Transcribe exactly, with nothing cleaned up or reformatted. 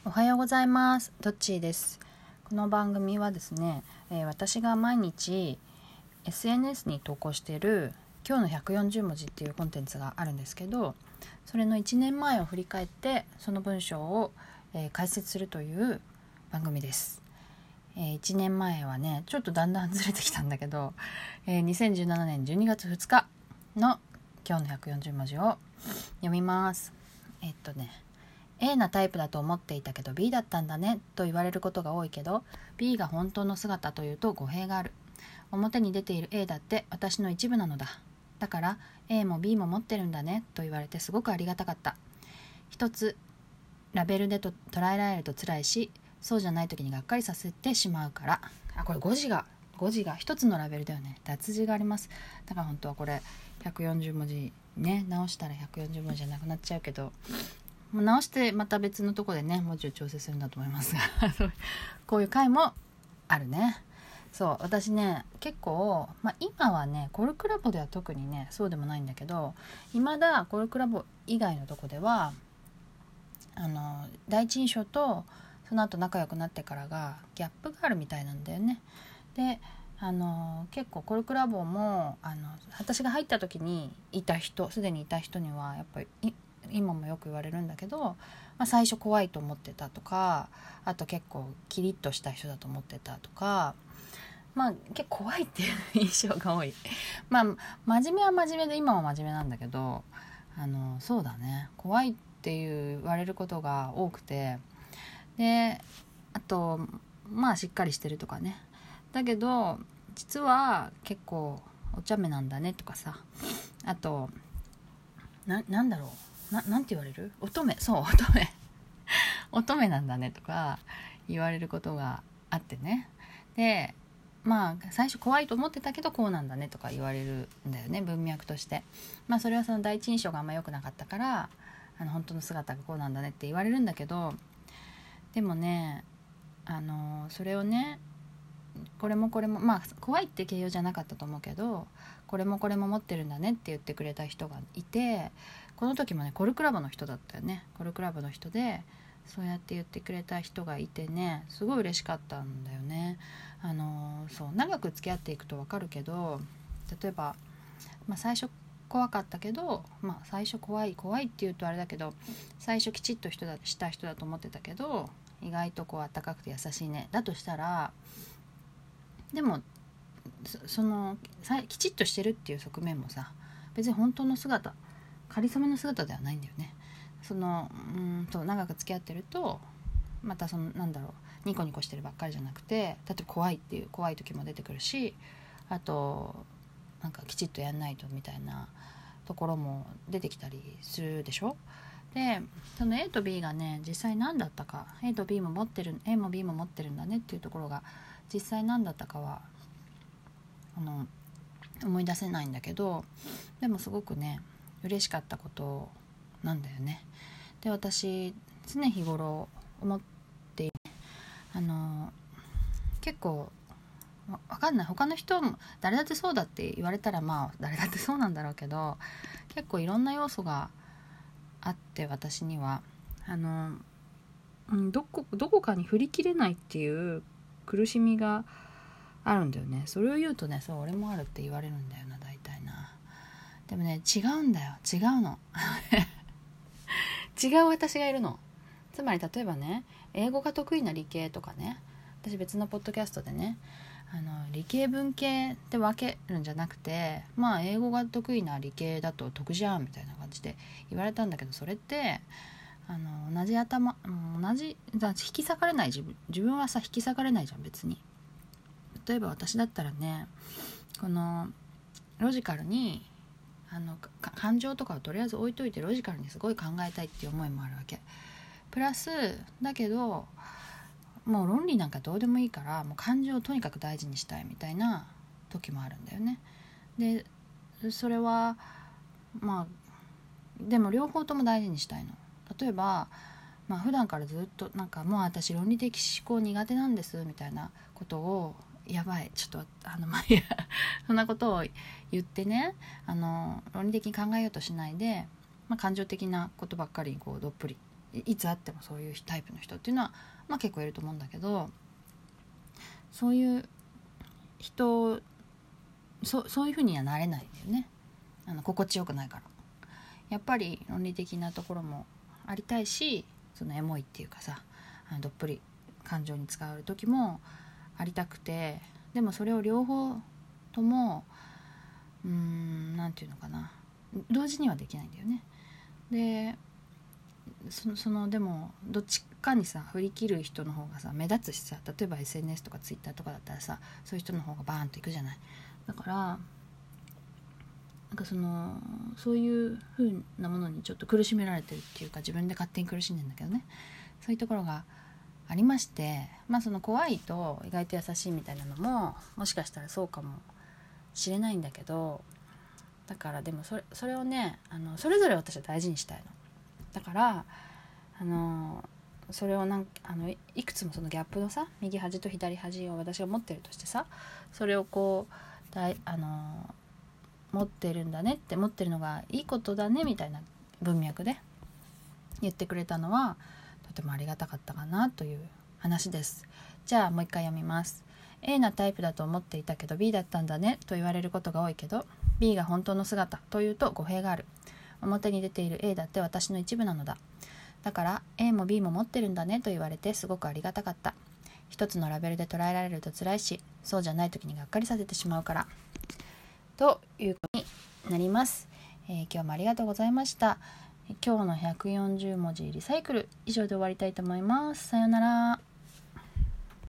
おはようございます。どっちーです。この番組はですね、えー、私が毎日 エスエヌエス に投稿している今日のひゃくよんじゅうもじっていうコンテンツがあるんですけど、それのいちねんまえを振り返ってその文章を、えー、解説するという番組です。えー、いちねんまえはね、ちょっとだんだんずれてきたんだけど、えー、にせんじゅうななねんじゅうにがつふつかの今日のひゃくよんじゅうもじを読みます。えっとねA なタイプだと思っていたけど B だったんだねと言われることが多いけど B が本当の姿というと語弊がある。表に出ている A だって私の一部なのだ。だから A も B も持ってるんだねと言われてすごくありがたかった。一つラベルでと捉えられると辛いし、そうじゃない時にがっかりさせてしまうから。あ、これ語字が語字が一つのラベルだよね。脱字があります。だから本当はこれひゃくよんじゅうもじね、直したらひゃくよんじゅうもじじゃなくなっちゃうけど、もう直してまた別のとこでね文字を調整するんだと思いますがこういう回もあるね。そう私ね結構、まあ、今はねコルクラボでは特にねそうでもないんだけど、未だコルクラボ以外のとこではあの第一印象とその後仲良くなってからがギャップがあるみたいなんだよね。であの結構コルクラボもあの私が入った時にいた人すでにいた人にはやっぱり今もよく言われるんだけど、まあ、最初怖いと思ってたとか、あと結構キリッとした人だと思ってたとか、まあ結構怖いっていう印象が多いまあ真面目は真面目で今は真面目なんだけど、あのそうだね怖いっていう言われることが多くて、であとまあしっかりしてるとかね、だけど実は結構お茶目なんだねとかさ、あと な, なんだろうな, なんて言われる乙女そう乙女乙女なんだねとか言われることがあってね。でまあ最初怖いと思ってたけどこうなんだねとか言われるんだよね、文脈として。まあそれはその第一印象があんま良くなかったからあの本当の姿がこうなんだねって言われるんだけど、でもねあのそれをねこれもこれもまあ怖いって形容じゃなかったと思うけど、これもこれも持ってるんだねって言ってくれた人がいて、この時もねコルクラボの人だったよね。コルクラボの人でそうやって言ってくれた人がいてね、すごい嬉しかったんだよね。あのそう長く付き合っていくと分かるけど、例えば、まあ、最初怖かったけど、まあ、最初怖い怖いって言うとあれだけど、最初きちっと人だした人だと思ってたけど意外とこう温かくて優しいねだとしたら、でも そ, そのきちっとしてるっていう側面もさ、別に本当の姿かりそめの姿ではないんだよね。そのうんと長く付き合ってるとまたそのなんだろうニコニコしてるばっかりじゃなくて、例えば怖いっていう怖い時も出てくるし、あとなんかきちっとやんないとみたいなところも出てきたりするでしょ。でその A と B がね実際何だったか、 A と B も持ってる A も B も持ってるんだねっていうところが実際何だったかはあの思い出せないんだけど、でもすごくね嬉しかったことなんだよね。で私常日頃思っている、あの結構わかんない、他の人も誰だってそうだって言われたらまあ誰だってそうなんだろうけど、結構いろんな要素があって私にはあのどこどこかに振り切れないっていう苦しみがあるんだよね。それを言うとね、そう俺もあるって言われるんだよな大体な。でもね違うんだよ、違うの違う私がいるの。つまり例えばね英語が得意な理系とかね、私別のポッドキャストでねあの理系文系って分けるんじゃなくて、まあ英語が得意な理系だと得じゃんみたいな感じで言われたんだけど、それってあの同じ頭同じ引き裂かれない、自分自分はさ引き裂かれないじゃん別に。例えば私だったらねこのロジカルにあの感情とかをとりあえず置いといてロジカルにすごい考えたいっていう思いもあるわけ。プラスだけどもう論理なんかどうでもいいからもう感情をとにかく大事にしたいみたいな時もあるんだよね。でそれはまあでも両方とも大事にしたいの。例えばまあ普段からずっとなんかもう私論理的思考苦手なんですみたいなことをやばいちょっとあのまあいやそんなことを言ってね、あの論理的に考えようとしないで、まあ、感情的なことばっかりこうどっぷりいつ会ってもそういうタイプの人っていうのは、まあ、結構いると思うんだけど、そういう人 そ, そういう風にはなれないんだよね。あの心地よくないから。やっぱり論理的なところもありたいし、そのエモいっていうかさ、あのどっぷり感情に使う時もありたくて、でもそれを両方ともうーんなんていうのかな、同時にはできないんだよね。でその、そのでもどっちかにさ振り切る人の方がさ目立つしさ、例えば エスエヌエス とか ツイッター とかだったらさ、そういう人の方がバーンといくじゃない。だからなんかそのそういう風なものにちょっと苦しめられてるっていうか、自分で勝手に苦しんでんだけどね、そういうところがありまして、まあその怖いと意外と優しいみたいなのももしかしたらそうかもしれないんだけど、だからでもそれ、それをね、あのそれぞれ私は大事にしたいの。だからあのそれをなんあのいくつもそのギャップのさ、右端と左端を私が持ってるとしてさ、それをこうだいあの持ってるんだねって、持ってるのがいいことだねみたいな文脈で言ってくれたのはとてもありがたかったかなという話です。じゃあもう一回読みます。 A なタイプだと思っていたけど B だったんだねと言われることが多いけど、 B が本当の姿というと語弊がある。表に出ている A だって私の一部なのだ。だから A も B も持ってるんだねと言われてすごくありがたかった。一つのラベルで捉えられると辛いし、そうじゃない時にがっかりさせてしまうからということになります。えー、今日もありがとうございました。今日のひゃくよんじゅう文字リサイクル以上で終わりたいと思います。さようなら。